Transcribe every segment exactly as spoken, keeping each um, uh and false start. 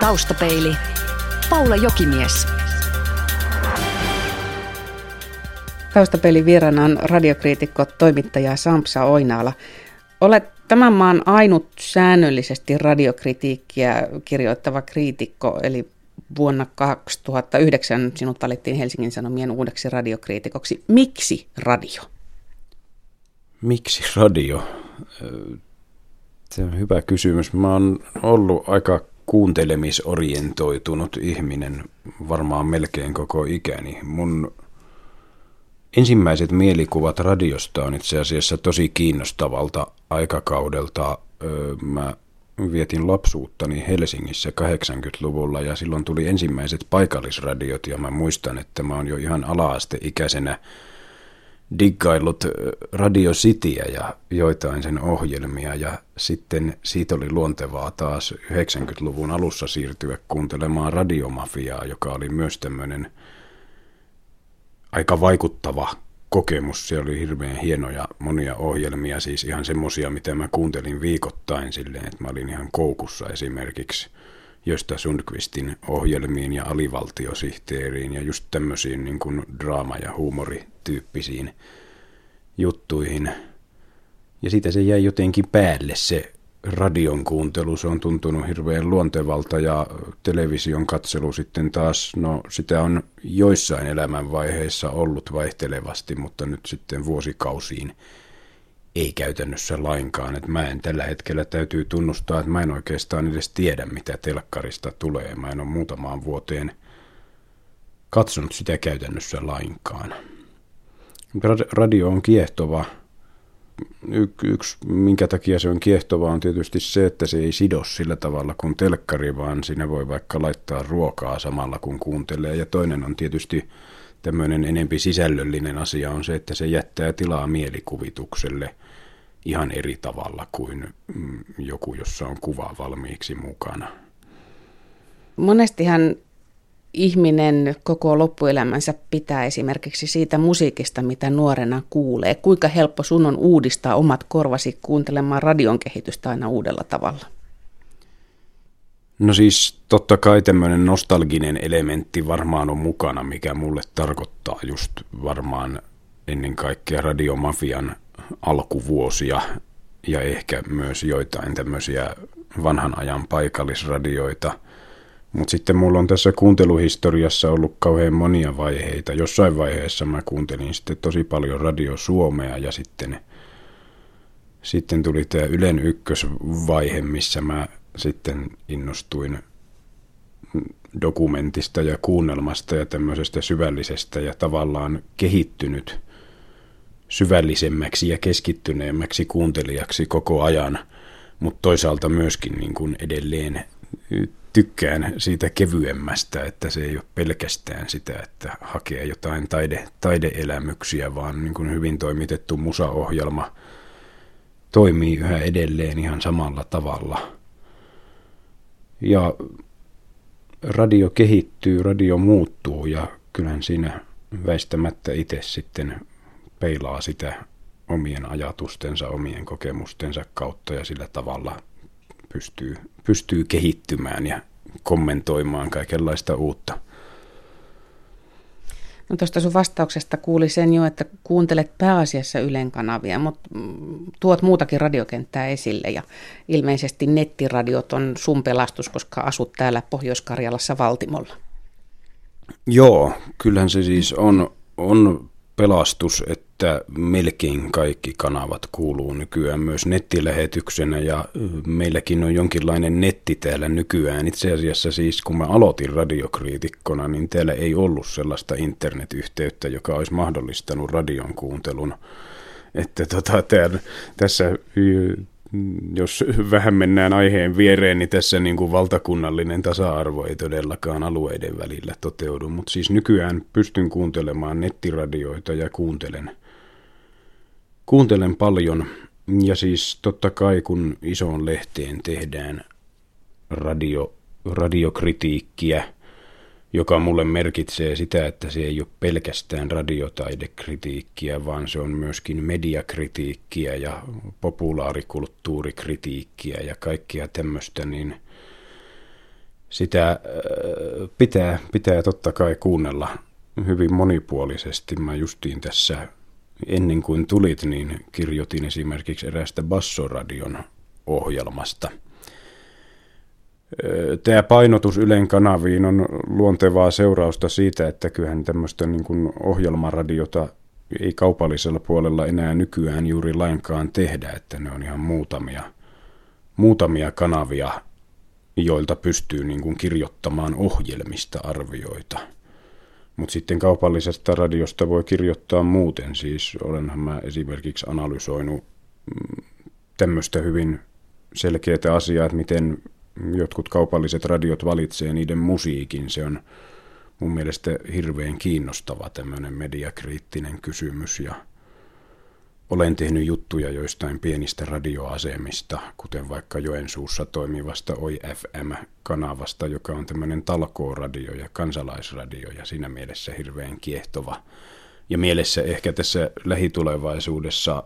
Taustapeili. Paula Jokimies. Taustapeilin vieraana on radiokriitikko, toimittaja Sampsa Oinaala. Olet tämän maan ainut säännöllisesti radiokritiikkiä kirjoittava kriitikko, eli vuonna kaksituhattayhdeksän sinut valittiin Helsingin Sanomien uudeksi radiokriitikoksi. Miksi radio? Miksi radio? Se on hyvä kysymys. Mä oon ollut aika kuuntelemisorientoitunut ihminen varmaan melkein koko ikäni. Mun ensimmäiset mielikuvat radiosta on itse asiassa tosi kiinnostavalta aikakaudelta. Mä vietin lapsuuttani Helsingissä kahdeksankymmentäluvulla ja silloin tuli ensimmäiset paikallisradiot ja mä muistan, että mä oon jo ihan ala-asteikäisenä diggaillut Radio Cityä ja joitain sen ohjelmia ja sitten siitä oli luontevaa taas yhdeksänkymmentäluvun alussa siirtyä kuuntelemaan Radiomafiaa, joka oli myös tämmöinen aika vaikuttava kokemus. Se oli hirveän hienoja monia ohjelmia, siis ihan semmosia, mitä mä kuuntelin viikoittain silleen, että mä olin ihan koukussa esimerkiksi Gösta Sundqvistin ohjelmiin ja alivaltiosihteeriin ja just tämmöisiin niin kuin draama- ja huumorityyppisiin juttuihin. Ja siitä se jäi jotenkin päälle se radion kuuntelu, se on tuntunut hirveän luontevalta ja television katselu sitten taas, no sitä on joissain elämänvaiheissa ollut vaihtelevasti, mutta nyt sitten vuosikausiin ei käytännössä lainkaan. Et mä en tällä hetkellä täytyy tunnustaa, että mä en oikeastaan edes tiedä, mitä telkkarista tulee. Mä en ole muutamaan vuoteen katsonut sitä käytännössä lainkaan. Radio on kiehtova. Y- yksi, minkä takia se on kiehtova, on tietysti se, että se ei sido sillä tavalla kuin telkkari, vaan siinä voi vaikka laittaa ruokaa samalla kun kuuntelee. Ja toinen on tietysti tämmöinen enempi sisällöllinen asia on se, että se jättää tilaa mielikuvitukselle ihan eri tavalla kuin joku, jossa on kuva valmiiksi mukana. Monestihan ihminen koko loppuelämänsä pitää esimerkiksi siitä musiikista, mitä nuorena kuulee. Kuinka helppo sun on uudistaa omat korvasi kuuntelemaan radion kehitystä aina uudella tavalla? No siis totta kai tämmöinen nostalginen elementti varmaan on mukana, mikä mulle tarkoittaa just varmaan ennen kaikkea Radiomafian alkuvuosia ja ehkä myös joitain tämmöisiä vanhan ajan paikallisradioita. Mutta sitten mulla on tässä kuunteluhistoriassa ollut kauhean monia vaiheita. Jossain vaiheessa mä kuuntelin sitten tosi paljon Radio Suomea ja sitten, sitten tuli tämä Ylen ykkösvaihe, missä mä sitten innostuin dokumentista ja kuunnelmasta ja tämmöisestä syvällisestä ja tavallaan kehittynyt syvällisemmäksi ja keskittyneemmäksi kuuntelijaksi koko ajan, mutta toisaalta myöskin niin kuin edelleen tykkään siitä kevyemmästä, että se ei ole pelkästään sitä, että hakee jotain taide, taideelämyksiä, vaan niin kuin hyvin toimitettu musaohjelma toimii yhä edelleen ihan samalla tavalla. Ja radio kehittyy, radio muuttuu ja kyllähän siinä väistämättä itse sitten peilaa sitä omien ajatustensa, omien kokemustensa kautta ja sillä tavalla pystyy, pystyy kehittymään ja kommentoimaan kaikenlaista uutta. No tuosta sun vastauksesta kuuli sen jo, että kuuntelet pääasiassa Ylen kanavia, mutta tuot muutakin radiokenttää esille ja ilmeisesti nettiradiot on sun pelastus, koska asut täällä Pohjois-Karjalassa Valtimolla. Joo, kyllähän se siis on, on pelastus, että melkein kaikki kanavat kuuluu nykyään myös nettilähetyksenä ja meilläkin on jonkinlainen netti täällä nykyään. Itse asiassa siis kun mä aloitin radiokriitikkona, niin täällä ei ollut sellaista internetyhteyttä, joka olisi mahdollistanut radion kuuntelun. Että tota, täällä, tässä, jos vähän mennään aiheen viereen, niin tässä niin kuin valtakunnallinen tasa-arvo ei todellakaan alueiden välillä toteudu. Mutta siis nykyään pystyn kuuntelemaan nettiradioita ja kuuntelen, kuuntelen paljon. Ja siis totta kai kun isoon lehteen tehdään radio, radiokritiikkiä, joka mulle merkitsee sitä, että se ei ole pelkästään radiotaidekritiikkiä, vaan se on myöskin mediakritiikkiä ja populaarikulttuurikritiikkiä ja kaikkia tämmöistä, niin sitä pitää, pitää totta kai kuunnella hyvin monipuolisesti. Mä justiin tässä ennen kuin tulit, niin kirjoitin esimerkiksi eräästä Bassoradion ohjelmasta. Tämä painotus Ylen kanaviin on luontevaa seurausta siitä, että kyllähän tämmöistä niin kuin ohjelmaradiota ei kaupallisella puolella enää nykyään juuri lainkaan tehdä, että ne on ihan muutamia, muutamia kanavia, joilta pystyy niin kuin kirjoittamaan ohjelmista arvioita. Mutta sitten kaupallisesta radiosta voi kirjoittaa muuten, siis olenhan mä esimerkiksi analysoinut tämmöistä hyvin selkeää asiaa, että miten jotkut kaupalliset radiot valitsee niiden musiikin. Se on mun mielestä hirveän kiinnostava tämmöinen mediakriittinen kysymys ja olen tehnyt juttuja joistain pienistä radioasemista, kuten vaikka Joensuussa toimivasta O I F M-kanavasta, joka on tämmöinen talkooradio ja kansalaisradio ja siinä mielessä hirveän kiehtova. Ja mielessä ehkä tässä lähitulevaisuudessa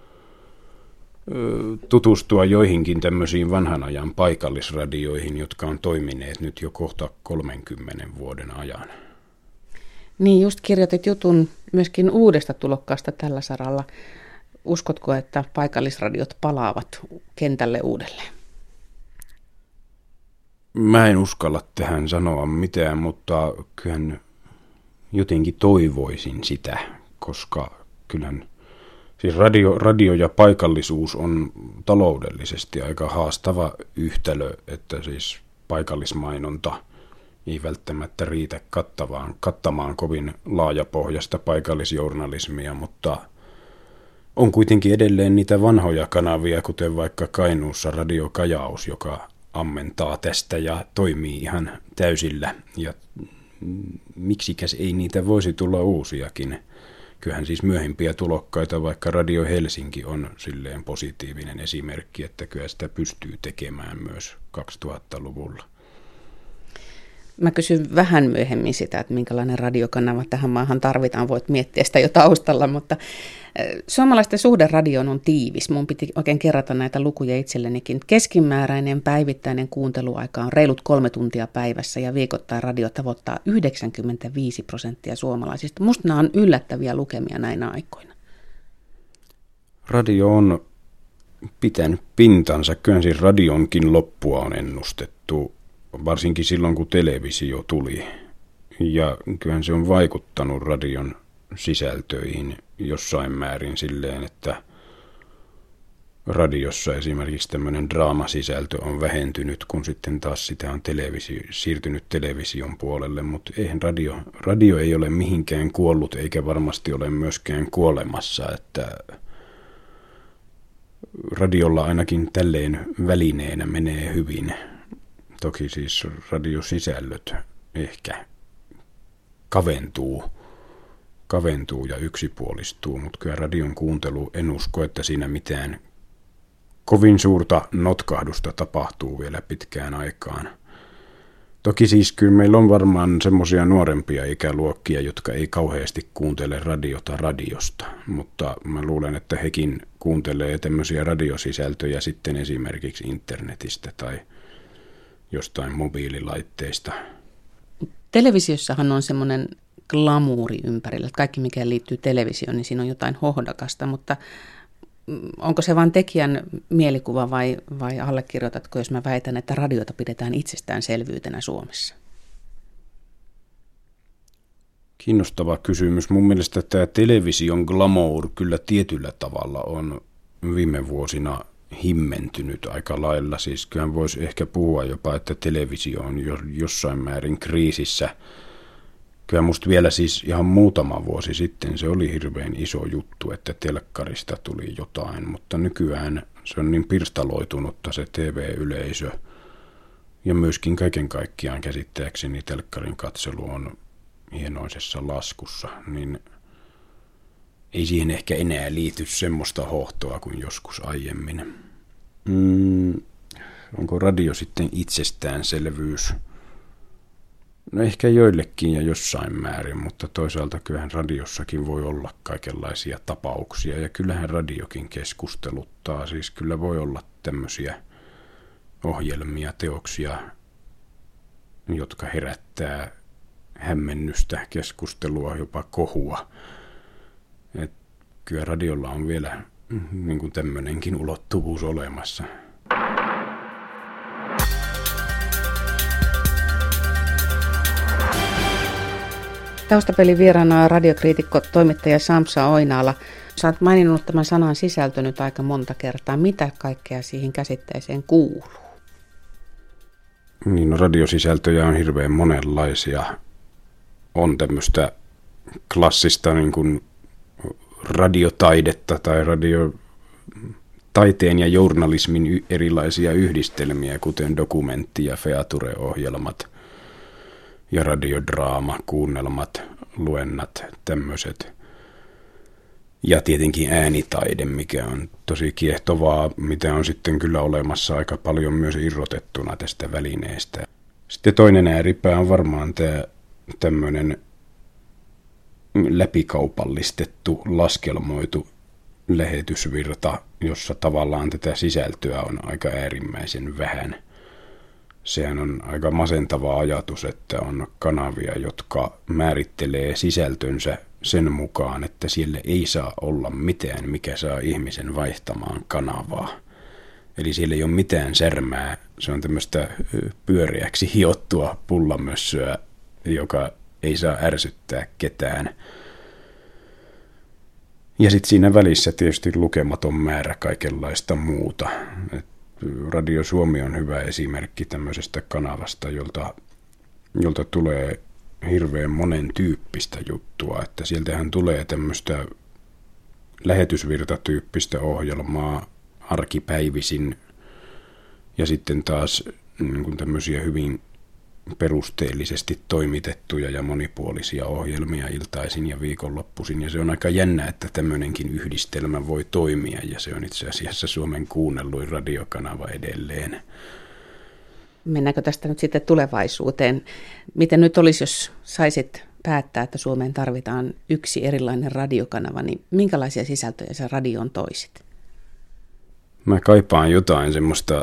tutustua joihinkin tämmöisiin vanhan ajan paikallisradioihin, jotka on toimineet nyt jo kohta kolmenkymmenen vuoden ajan. Niin, just kirjoitit jutun myöskin uudesta tulokkaasta tällä saralla. Uskotko, että paikallisradiot palaavat kentälle uudelleen? Mä en uskalla tähän sanoa mitään, mutta kyllähän jotenkin toivoisin sitä, koska kyllähän siis radio, radio ja paikallisuus on taloudellisesti aika haastava yhtälö, että siis paikallismainonta ei välttämättä riitä kattavaan, kattamaan kovin laajapohjasta paikallisjournalismia, mutta on kuitenkin edelleen niitä vanhoja kanavia, kuten vaikka Kainuussa Radio Kajaus, joka ammentaa tästä ja toimii ihan täysillä. Ja miksikäs ei niitä voisi tulla uusiakin. Kyllähän siis myöhempiä tulokkaita, vaikka Radio Helsinki on silleen positiivinen esimerkki, että kyllä sitä pystyy tekemään myös kaksituhattaluvulla. Mä kysyn vähän myöhemmin sitä, että minkälainen radiokanava tähän maahan tarvitaan. Voit miettiä sitä jo taustalla, mutta suomalaisten suhde radioon on tiivis. Mun piti oikein kerrata näitä lukuja itsellenikin. Keskimääräinen päivittäinen kuunteluaika on reilut kolme tuntia päivässä ja viikoittain radio tavoittaa yhdeksänkymmentäviisi prosenttia suomalaisista. Musta nämä on yllättäviä lukemia näinä aikoina. Radio on pitänyt pintansa. Kyllä siis radionkin loppua on ennustettu, varsinkin silloin kun televisio tuli. Ja kyllähän se on vaikuttanut radion sisältöihin jossain määrin silleen, että radiossa esimerkiksi tämmöinen draamasisältö on vähentynyt, kun sitten taas sitä on televisio, siirtynyt television puolelle, mutta eihän radio, radio ei ole mihinkään kuollut eikä varmasti ole myöskään kuolemassa, että radiolla ainakin tälleen välineenä menee hyvin. Toki siis radiosisällöt ehkä kaventuu, kaventuu ja yksipuolistuu, mutta kyllä radion kuuntelu, en usko, että siinä mitään kovin suurta notkahdusta tapahtuu vielä pitkään aikaan. Toki siis kyllä meillä on varmaan semmoisia nuorempia ikäluokkia, jotka ei kauheasti kuuntele radiota radiosta, mutta mä luulen, että hekin kuuntelee tämmöisiä radiosisältöjä sitten esimerkiksi internetistä tai jostain mobiililaitteista. Televisiossahan on semmoinen glamuuri ympärillä, että kaikki mikä liittyy televisioon, niin siinä on jotain hohdakasta, mutta onko se vain tekijän mielikuva vai, vai allekirjoitatko, jos mä väitän, että radiota pidetään itsestäänselvyytenä Suomessa? Kiinnostava kysymys. Mun mielestä tämä television glamour kyllä tietyllä tavalla on viime vuosina himmentynyt aika lailla. Siis kyllähän voisi ehkä puhua jopa, että televisio on jo jossain määrin kriisissä. Kyllä musta vielä siis ihan muutama vuosi sitten se oli hirveän iso juttu, että telkkarista tuli jotain, mutta nykyään se on niin pirstaloitunutta se T V-yleisö ja myöskin kaiken kaikkiaan käsittääkseni telkkarin katselu on hienoisessa laskussa, niin ei siihen ehkä enää liity semmoista hohtoa kuin joskus aiemmin. Mm, onko radio sitten itsestäänselvyys? No ehkä joillekin ja jossain määrin, mutta toisaalta kyllähän radiossakin voi olla kaikenlaisia tapauksia ja kyllähän radiokin keskusteluttaa. Siis kyllä voi olla tämmöisiä ohjelmia, teoksia, jotka herättää hämmennystä, keskustelua, jopa kohua. Et kyllä radiolla on vielä niin kuin tämmöinenkin ulottuvuus olemassa. Taustapelin vieraana on radiokriitikko, toimittaja Sampsa Oinaala. Sä oot maininnut tämän sanan sisältö nyt aika monta kertaa. Mitä kaikkea siihen käsitteeseen kuuluu? Niin, no, radiosisältöjä on hirveän monenlaisia. On tämmöistä klassista niin kuin radiotaidetta tai radiotaiteen ja journalismin erilaisia yhdistelmiä, kuten dokumentti- ja feature-ohjelmat ja radiodraama, kuunnelmat, luennat, tämmöiset. Ja tietenkin äänitaide, mikä on tosi kiehtovaa, mitä on sitten kyllä olemassa aika paljon myös irrotettuna tästä välineestä. Sitten toinen ääripää on varmaan tämä tämmöinen läpikaupallistettu, laskelmoitu lähetysvirta, jossa tavallaan tätä sisältöä on aika äärimmäisen vähän. Sehän on aika masentava ajatus, että on kanavia, jotka määrittelee sisältönsä sen mukaan, että siellä ei saa olla mitään, mikä saa ihmisen vaihtamaan kanavaa. Eli siellä ei ole mitään särmää, se on tämmöistä pyöreäksi hiottua pullamössöä, joka ei saa ärsyttää ketään. Ja sitten siinä välissä tietysti lukematon määrä kaikenlaista muuta. Et Radio Suomi on hyvä esimerkki tämmöisestä kanavasta, jolta, jolta tulee hirveän monen tyyppistä juttua. Että sieltähän tulee tämmöistä lähetysvirtatyyppistä ohjelmaa arkipäivisin ja sitten taas niin kuin tämmöisiä hyvin perusteellisesti toimitettuja ja monipuolisia ohjelmia iltaisin ja viikonloppuisin. Ja se on aika jännä, että tämmöinenkin yhdistelmä voi toimia, ja se on itse asiassa Suomen kuunnelluin radiokanava edelleen. Mennäänkö tästä nyt sitten tulevaisuuteen? Miten nyt olisi, jos saisit päättää, että Suomeen tarvitaan yksi erilainen radiokanava, niin minkälaisia sisältöjä sä radioon toisit? Mä kaipaan jotain semmoista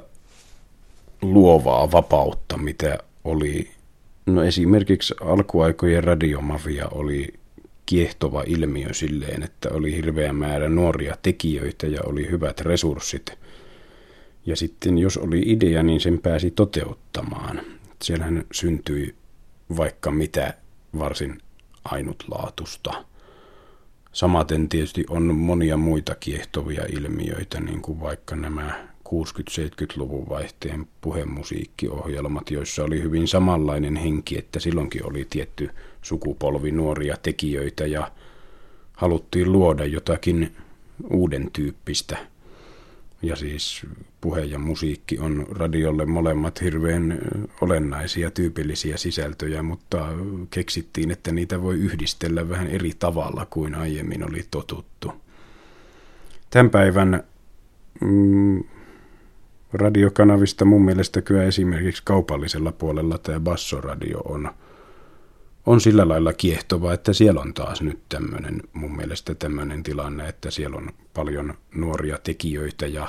luovaa vapautta, mitä oli, no esimerkiksi alkuaikojen radiomafia oli kiehtova ilmiö silleen, että oli hirveä määrä nuoria tekijöitä ja oli hyvät resurssit. Ja sitten jos oli idea, niin sen pääsi toteuttamaan. Siellähän syntyi vaikka mitä varsin ainutlaatusta. Samaten tietysti on monia muita kiehtovia ilmiöitä, niin kuin vaikka nämä kuusikymmentä-seitsemänkymmentäluvun vaihteen puhemusiikkiohjelmat, joissa oli hyvin samanlainen henki, että silloinkin oli tietty sukupolvi nuoria tekijöitä ja haluttiin luoda jotakin uuden tyyppistä. Ja siis puhe ja musiikki on radiolle molemmat hirveän olennaisia, tyypillisiä sisältöjä, mutta keksittiin, että niitä voi yhdistellä vähän eri tavalla kuin aiemmin oli totuttu. Tämän päivän mm, radiokanavista mun mielestä kyllä esimerkiksi kaupallisella puolella tämä Bassoradio on, on sillä lailla kiehtova, että siellä on taas nyt tämmöinen, mun mielestä tämmöinen tilanne, että siellä on paljon nuoria tekijöitä ja,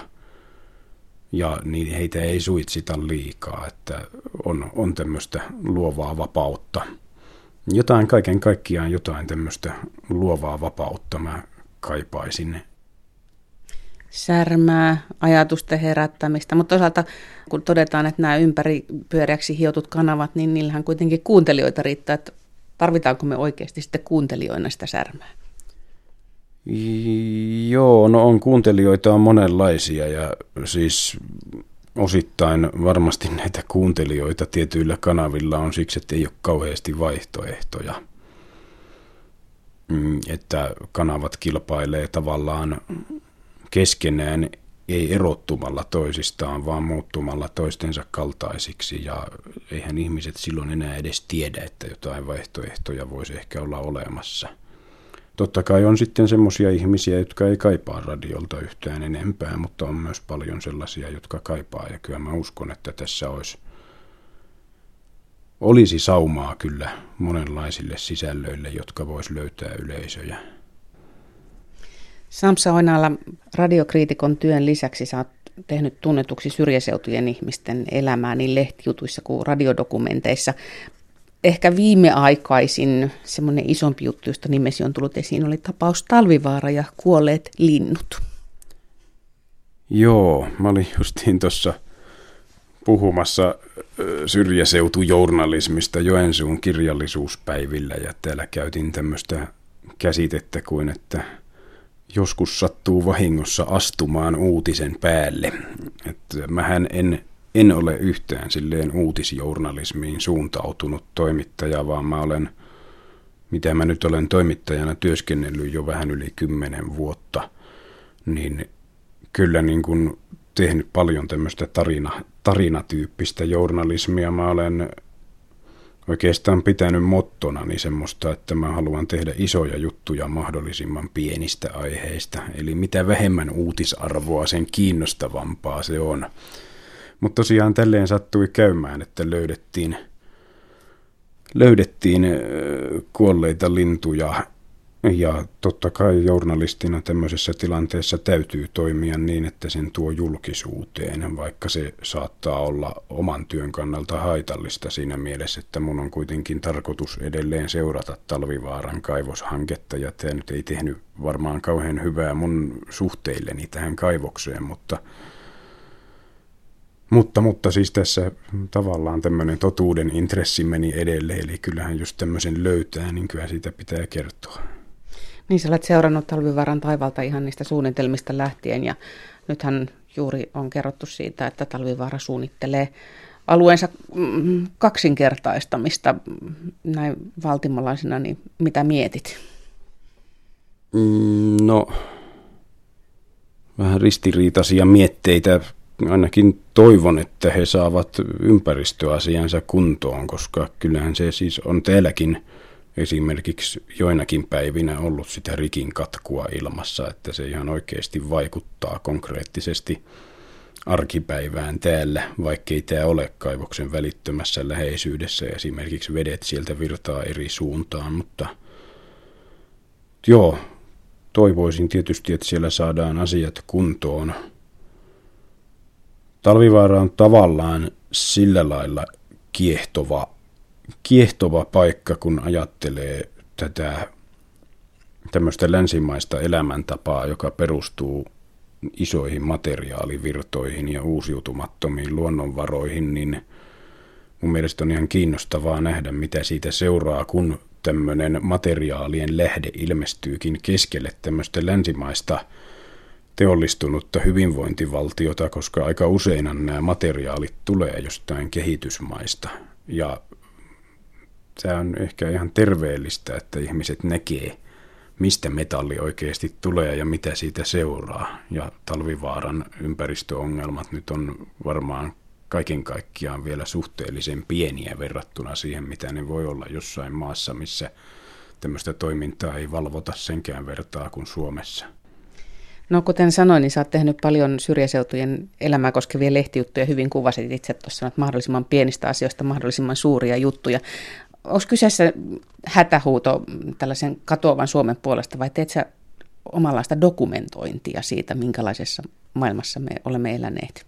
ja niin heitä ei suitsita liikaa, että on, on tämmöistä luovaa vapautta. Jotain kaiken kaikkiaan jotain tämmöistä luovaa vapautta mä kaipaisin. Särmää, ajatusten herättämistä, mutta toisaalta kun todetaan, että nämä ympäripyöreäksi hiotut kanavat, niin niillähän kuitenkin kuuntelijoita riittää, että tarvitaanko me oikeasti sitten kuuntelijoina sitä särmää? Joo, no on kuuntelijoita on monenlaisia ja siis osittain varmasti näitä kuuntelijoita tietyillä kanavilla on siksi, että ei ole kauheasti vaihtoehtoja. Että kanavat kilpailee tavallaan keskenään ei erottumalla toisistaan, vaan muuttumalla toistensa kaltaisiksi, ja eihän ihmiset silloin enää edes tiedä, että jotain vaihtoehtoja voisi ehkä olla olemassa. Totta kai on sitten semmoisia ihmisiä, jotka ei kaipaa radiolta yhtään enempää, mutta on myös paljon sellaisia, jotka kaipaa, ja kyllä mä uskon, että tässä olisi, olisi saumaa kyllä monenlaisille sisällöille, jotka vois löytää yleisöjä. Sampsa Oinaala, radiokriitikon työn lisäksi sä oot tehnyt tunnetuksi syrjäseutujen ihmisten elämää niin lehtijutuissa kuin radiodokumenteissa. Ehkä viimeaikaisin semmoinen isompi juttu, josta nimesi on tullut esiin, oli tapaus Talvivaara ja kuolleet linnut. Joo, mä olin justiin tuossa puhumassa syrjäseutujournalismista Joensuun kirjallisuuspäivillä ja täällä käytin tämmöistä käsitettä kuin, että joskus sattuu vahingossa astumaan uutisen päälle. Että mähän en, en ole yhtään silleen uutisjournalismiin suuntautunut toimittaja, vaan mä olen, mitä mä nyt olen toimittajana työskennellyt jo vähän yli kymmenen vuotta, niin kyllä niin kuin tehnyt paljon tämmöistä tarina, tarinatyyppistä journalismia. Mä olen oikeastaan pitänyt mottona niin semmoista, että mä haluan tehdä isoja juttuja mahdollisimman pienistä aiheista. Eli mitä vähemmän uutisarvoa, sen kiinnostavampaa se on. Mutta tosiaan tälleen sattui käymään, että löydettiin, löydettiin kuolleita lintuja. Ja totta kai journalistina tämmöisessä tilanteessa täytyy toimia niin, että sen tuo julkisuuteen, vaikka se saattaa olla oman työn kannalta haitallista siinä mielessä, että mun on kuitenkin tarkoitus edelleen seurata Talvivaaran kaivoshanketta, ja tämä nyt ei tehnyt varmaan kauhean hyvää mun suhteilleni tähän kaivokseen, mutta, mutta, mutta siis tässä tavallaan tämmöinen totuuden intressi meni edelleen, eli kyllähän just tämmöisen löytää, niin kyllä siitä pitää kertoa. Niin sä olet seurannut Talvivaaran taivalta ihan niistä suunnitelmista lähtien, ja nythän juuri on kerrottu siitä, että Talvivaara suunnittelee alueensa kaksinkertaistamista. Näin valtimolaisena, niin mitä mietit? No, vähän ristiriitaisia mietteitä. Ainakin toivon, että he saavat ympäristöasiansa kuntoon, koska kyllähän se siis on täälläkin esimerkiksi joinakin päivinä ollut sitä rikin katkua ilmassa, että se ihan oikeasti vaikuttaa konkreettisesti arkipäivään täällä, vaikkei tämä ole kaivoksen välittömässä läheisyydessä. Esimerkiksi vedet sieltä virtaa eri suuntaan, mutta joo, toivoisin tietysti, että siellä saadaan asiat kuntoon. Talvivaara on tavallaan sillä lailla kiehtova Kiehtova paikka, kun ajattelee tätä tämmöistä länsimaista elämäntapaa, joka perustuu isoihin materiaalivirtoihin ja uusiutumattomiin luonnonvaroihin, niin mun mielestä on ihan kiinnostavaa nähdä, mitä siitä seuraa, kun tämmöinen materiaalien lähde ilmestyykin keskelle tämmöistä länsimaista teollistunutta hyvinvointivaltiota, koska aika usein nämä materiaalit tulee jostain kehitysmaista. Ja tämä on ehkä ihan terveellistä, että ihmiset näkee, mistä metalli oikeasti tulee ja mitä siitä seuraa. Ja Talvivaaran ympäristöongelmat nyt on varmaan kaiken kaikkiaan vielä suhteellisen pieniä verrattuna siihen, mitä ne voi olla jossain maassa, missä tämmöistä toimintaa ei valvota senkään vertaa kuin Suomessa. No kuten sanoin, niin sä oot tehnyt paljon syrjäseutujen elämää koskevia lehtijuttuja. Hyvin kuvasit itse tuossa, että mahdollisimman pienistä asioista mahdollisimman suuria juttuja. Onko kyseessä hätähuuto tällaisen katoavan Suomen puolesta vai teet sä omanlaista dokumentointia siitä, minkälaisessa maailmassa me olemme eläneet?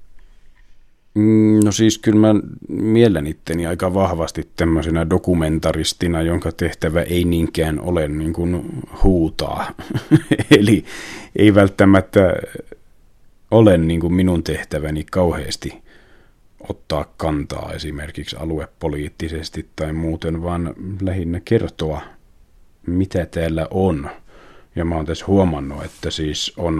No siis kyllä mä miellän itteni aika vahvasti tämmöisenä dokumentaristina, jonka tehtävä ei niinkään ole niin kuin huutaa. Eli ei välttämättä ole niin kuin minun tehtäväni kauheasti ottaa kantaa esimerkiksi aluepoliittisesti tai muuten, vaan lähinnä kertoa, mitä täällä on. Ja mä oon tässä huomannut, että siis on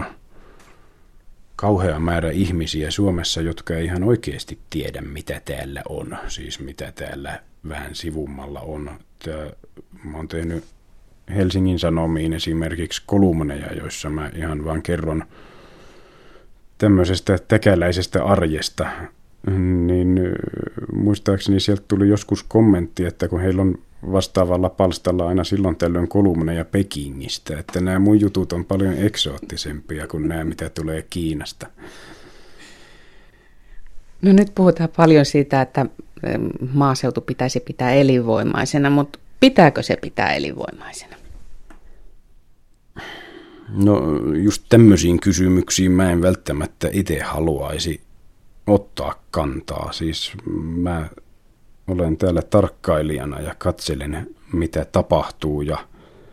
kauhea määrä ihmisiä Suomessa, jotka ei ihan oikeasti tiedä, mitä täällä on. Siis mitä täällä vähän sivummalla on. Tää, mä oon tehnyt Helsingin Sanomiin esimerkiksi kolumneja, joissa mä ihan vaan kerron tämmöisestä täkäläisestä arjesta. Niin muistaakseni sieltä tuli joskus kommentti, että kun heillä on vastaavalla palstalla aina silloin tällöin kolumneja Pekingistä, että nämä mun jutut on paljon eksoottisempia kuin nämä, mitä tulee Kiinasta. No nyt puhutaan paljon siitä, että maaseutu pitäisi pitää elinvoimaisena, mutta pitääkö se pitää elinvoimaisena? No just tämmöisiin kysymyksiin mä en välttämättä itse haluaisi ottaa kantaa. Siis mä olen täällä tarkkailijana ja katselen, mitä tapahtuu. Ja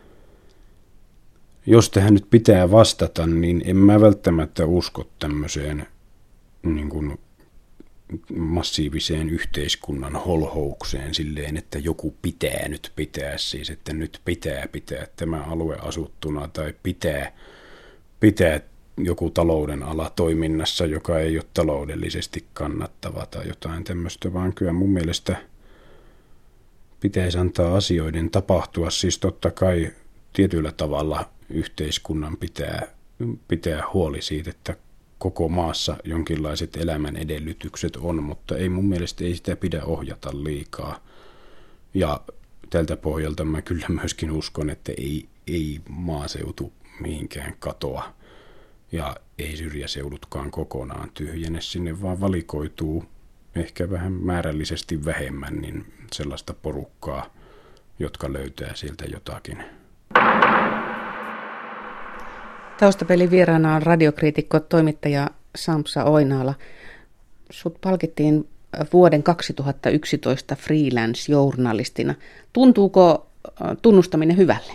jos tähän nyt pitää vastata, niin en mä välttämättä usko tämmöiseen niin kuin massiiviseen yhteiskunnan holhoukseen silleen, että joku pitää nyt pitää, siis että nyt pitää pitää tämä alue asuttuna tai pitää, pitää joku talouden ala toiminnassa, joka ei ole taloudellisesti kannattava tai jotain tämmöistä, vaan kyllä mun mielestä pitäisi antaa asioiden tapahtua. Siis totta kai tietyllä tavalla yhteiskunnan pitää, pitää huoli siitä, että koko maassa jonkinlaiset elämän edellytykset on, mutta ei mun mielestä ei sitä pidä ohjata liikaa. Ja tältä pohjalta mä kyllä myöskin uskon, että ei, ei maaseutu mihinkään katoa ja ei syrjäseudutkaan kokonaan tyhjene sinne, vaan valikoituu ehkä vähän määrällisesti vähemmän niin sellaista porukkaa, jotka löytää sieltä jotakin. Taustapelin vieraana on radiokriitikko, toimittaja Sampsa Oinaala. Sut palkittiin vuoden kaksituhattayksitoista freelance-journalistina. Tuntuuko tunnustaminen hyvälle?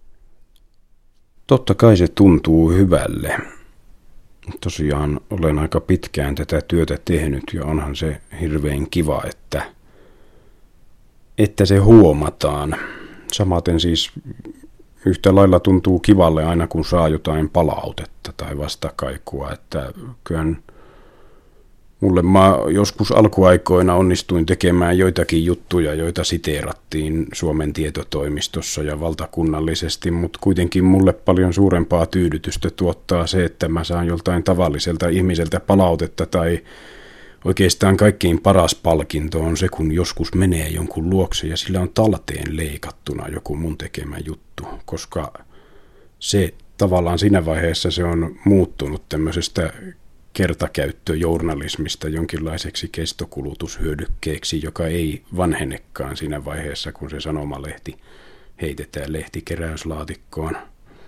Totta kai se tuntuu hyvälle. Tosiaan olen aika pitkään tätä työtä tehnyt ja onhan se hirveän kiva, että, että se huomataan. Samaten siis yhtä lailla tuntuu kivalle aina kun saa jotain palautetta tai vastakaikua, että kyllähän mulle mä joskus alkuaikoina onnistuin tekemään joitakin juttuja, joita siteerattiin Suomen tietotoimistossa ja valtakunnallisesti, mutta kuitenkin mulle paljon suurempaa tyydytystä tuottaa se, että mä saan joltain tavalliselta ihmiseltä palautetta tai oikeastaan kaikkein paras palkinto on se, kun joskus menee jonkun luokse ja sillä on talteen leikattuna joku mun tekemä juttu, koska se tavallaan siinä vaiheessa se on muuttunut tämmöisestä kertakäyttöjournalismista jonkinlaiseksi kestokulutushyödykkeeksi, joka ei vanhenekaan siinä vaiheessa, kun se sanomalehti heitetään lehtikeräyslaatikkoon.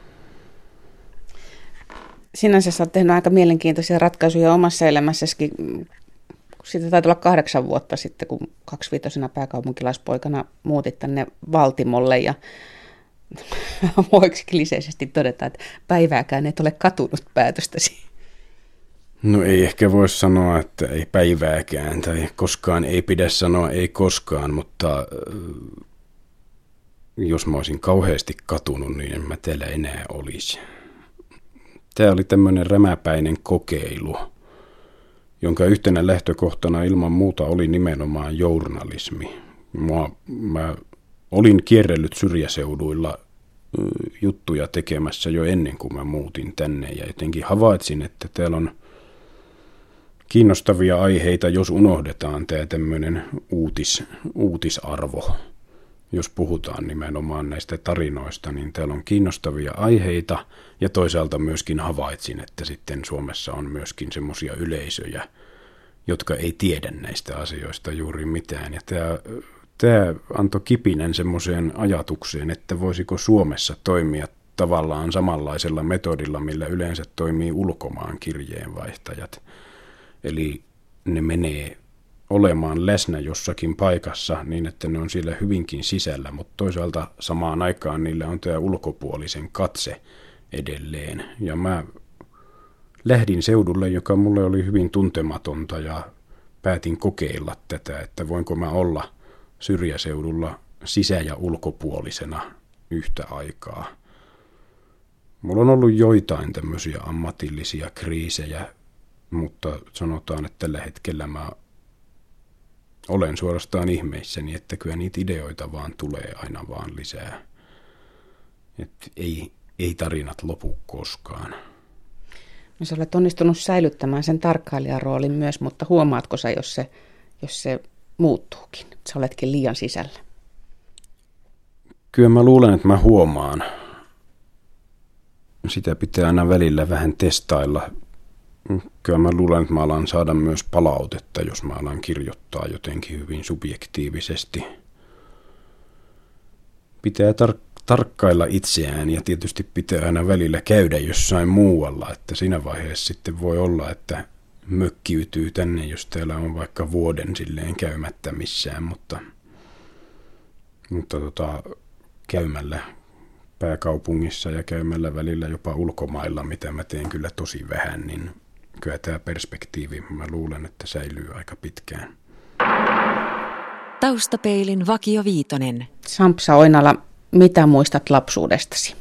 Sinänsä sä oot tehnyt aika mielenkiintoisia ratkaisuja omassa elämässäsi. Siitä taitaa olla kahdeksan vuotta sitten, kun kaksiviitosena pääkaupunkilaispoikana muutit tänne Valtimolle ja voiko kliseisesti todeta, että päivääkään et ole katunut päätöstäsi? No ei ehkä voi sanoa, että ei päivääkään tai koskaan ei pidä sanoa ei koskaan, mutta jos mä olisin kauheasti katunut, niin en mä täällä enää olisi. Tämä oli tämmöinen rämäpäinen kokeilu, jonka yhtenä lähtökohtana ilman muuta oli nimenomaan journalismi. Mua, mä olin kierrellyt syrjäseuduilla juttuja tekemässä jo ennen kuin mä muutin tänne ja jotenkin havaitsin, että täällä on kiinnostavia aiheita, jos unohdetaan tämä tämmöinen uutis, uutisarvo. Jos puhutaan nimenomaan näistä tarinoista, niin täällä on kiinnostavia aiheita ja toisaalta myöskin havaitsin, että sitten Suomessa on myöskin semmoisia yleisöjä, jotka ei tiedä näistä asioista juuri mitään. Ja tämä, tämä antoi kipinän semmoiseen ajatukseen, että voisiko Suomessa toimia tavallaan samanlaisella metodilla, millä yleensä toimii ulkomaan kirjeenvaihtajat. Eli ne menee olemaan läsnä jossakin paikassa niin, että ne on siellä hyvinkin sisällä, mutta toisaalta samaan aikaan niillä on tämä ulkopuolisen katse edelleen. Ja mä lähdin seudulle, joka mulle oli hyvin tuntematonta ja päätin kokeilla tätä, että voinko mä olla syrjäseudulla sisä- ja ulkopuolisena yhtä aikaa. Mulla on ollut joitain tämmöisiä ammatillisia kriisejä, mutta sanotaan, että tällä hetkellä mä olen suorastaan ihmeissäni, että kyllä niitä ideoita vaan tulee aina vaan lisää. Et ei, ei tarinat lopu koskaan. No, sä olet onnistunut säilyttämään sen tarkkailijan roolin myös, mutta huomaatko sä, jos se, jos se muuttuukin? Sä oletkin liian sisällä. Kyllä mä luulen, että mä huomaan. Sitä pitää aina välillä vähän testailla. Kyllä mä luulen, että mä alan saada myös palautetta, jos mä alan kirjoittaa jotenkin hyvin subjektiivisesti. Pitää tar- tarkkailla itseään ja tietysti pitää aina välillä käydä jossain muualla, että siinä vaiheessa sitten voi olla, että mökkiytyy tänne, jos täällä on vaikka vuoden silleen käymättä missään, mutta, mutta tota, käymällä pääkaupungissa ja käymällä välillä jopa ulkomailla, mitä mä teen kyllä tosi vähän, niin kyllä tämä perspektiivi, mä luulen, että säilyy aika pitkään. Taustapeilin Vakio Viitonen. Sampsa Oinala, mitä muistat lapsuudestasi?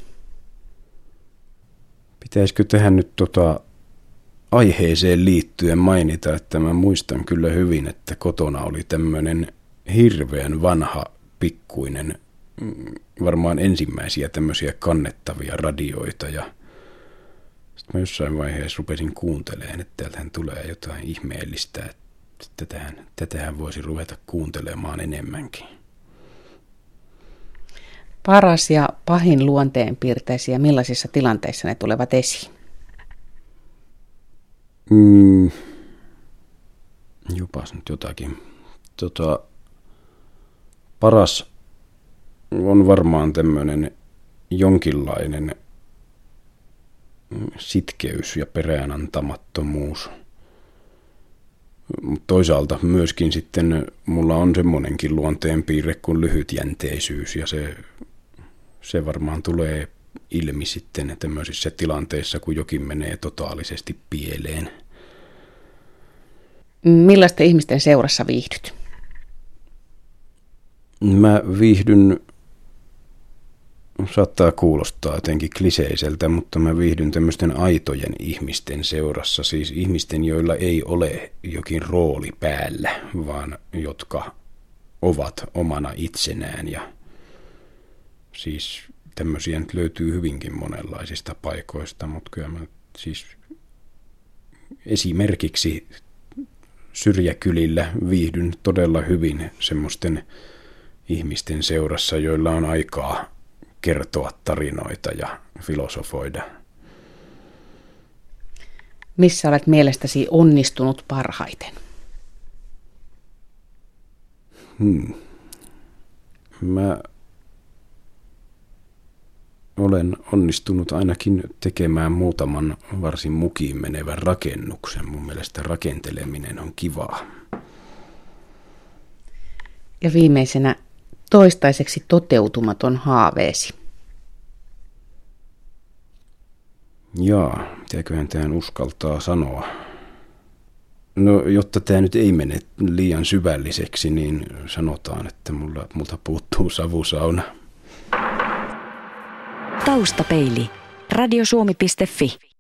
Pitäisikö tähän nyt tota aiheeseen liittyen mainita, että mä muistan kyllä hyvin, että kotona oli tämmöinen hirveän vanha, pikkuinen, varmaan ensimmäisiä tämmöisiä kannettavia radioita ja sitten mä jossain vaiheessa rupesin kuuntelemaan, että täältähän tulee jotain ihmeellistä, että tätähän, tätähän voisi ruveta kuuntelemaan enemmänkin. Paras ja pahin luonteenpiirteisi ja millaisissa tilanteissa ne tulevat esiin? Mm, jopas nyt jotakin. Tota, paras on varmaan tämmöinen jonkinlainen sitkeys ja peräänantamattomuus. Toisaalta myöskin sitten mulla on semmoinenkin luonteenpiirre kuin lyhytjänteisyys ja se, se varmaan tulee ilmi sitten tämmöisissä tilanteissa, kun jokin menee totaalisesti pieleen. Millaisten ihmisten seurassa viihdyt? Mä viihdyn, saattaa kuulostaa jotenkin kliseiseltä, mutta mä viihdyn tämmöisten aitojen ihmisten seurassa, siis ihmisten, joilla ei ole jokin rooli päällä, vaan jotka ovat omana itsenään ja siis tämmöisiä nyt löytyy hyvinkin monenlaisista paikoista, mutta kyllä mä siis esimerkiksi syrjäkylillä viihdyn todella hyvin semmoisten ihmisten seurassa, joilla on aikaa kertoa tarinoita ja filosofoida. Missä olet mielestäsi onnistunut parhaiten? Hmm. Mä olen onnistunut ainakin tekemään muutaman varsin mukiin menevän rakennuksen. Mun mielestä rakenteleminen on kivaa. Ja viimeisenä toistaiseksi toteutumaton haaveesi. Jaa, mitäköhän tämän uskaltaa sanoa? No, jotta tämä nyt ei mene liian syvälliseksi, niin sanotaan, että mulla, multa puuttuu savusauna. Taustapeili. radiosuomi piste fi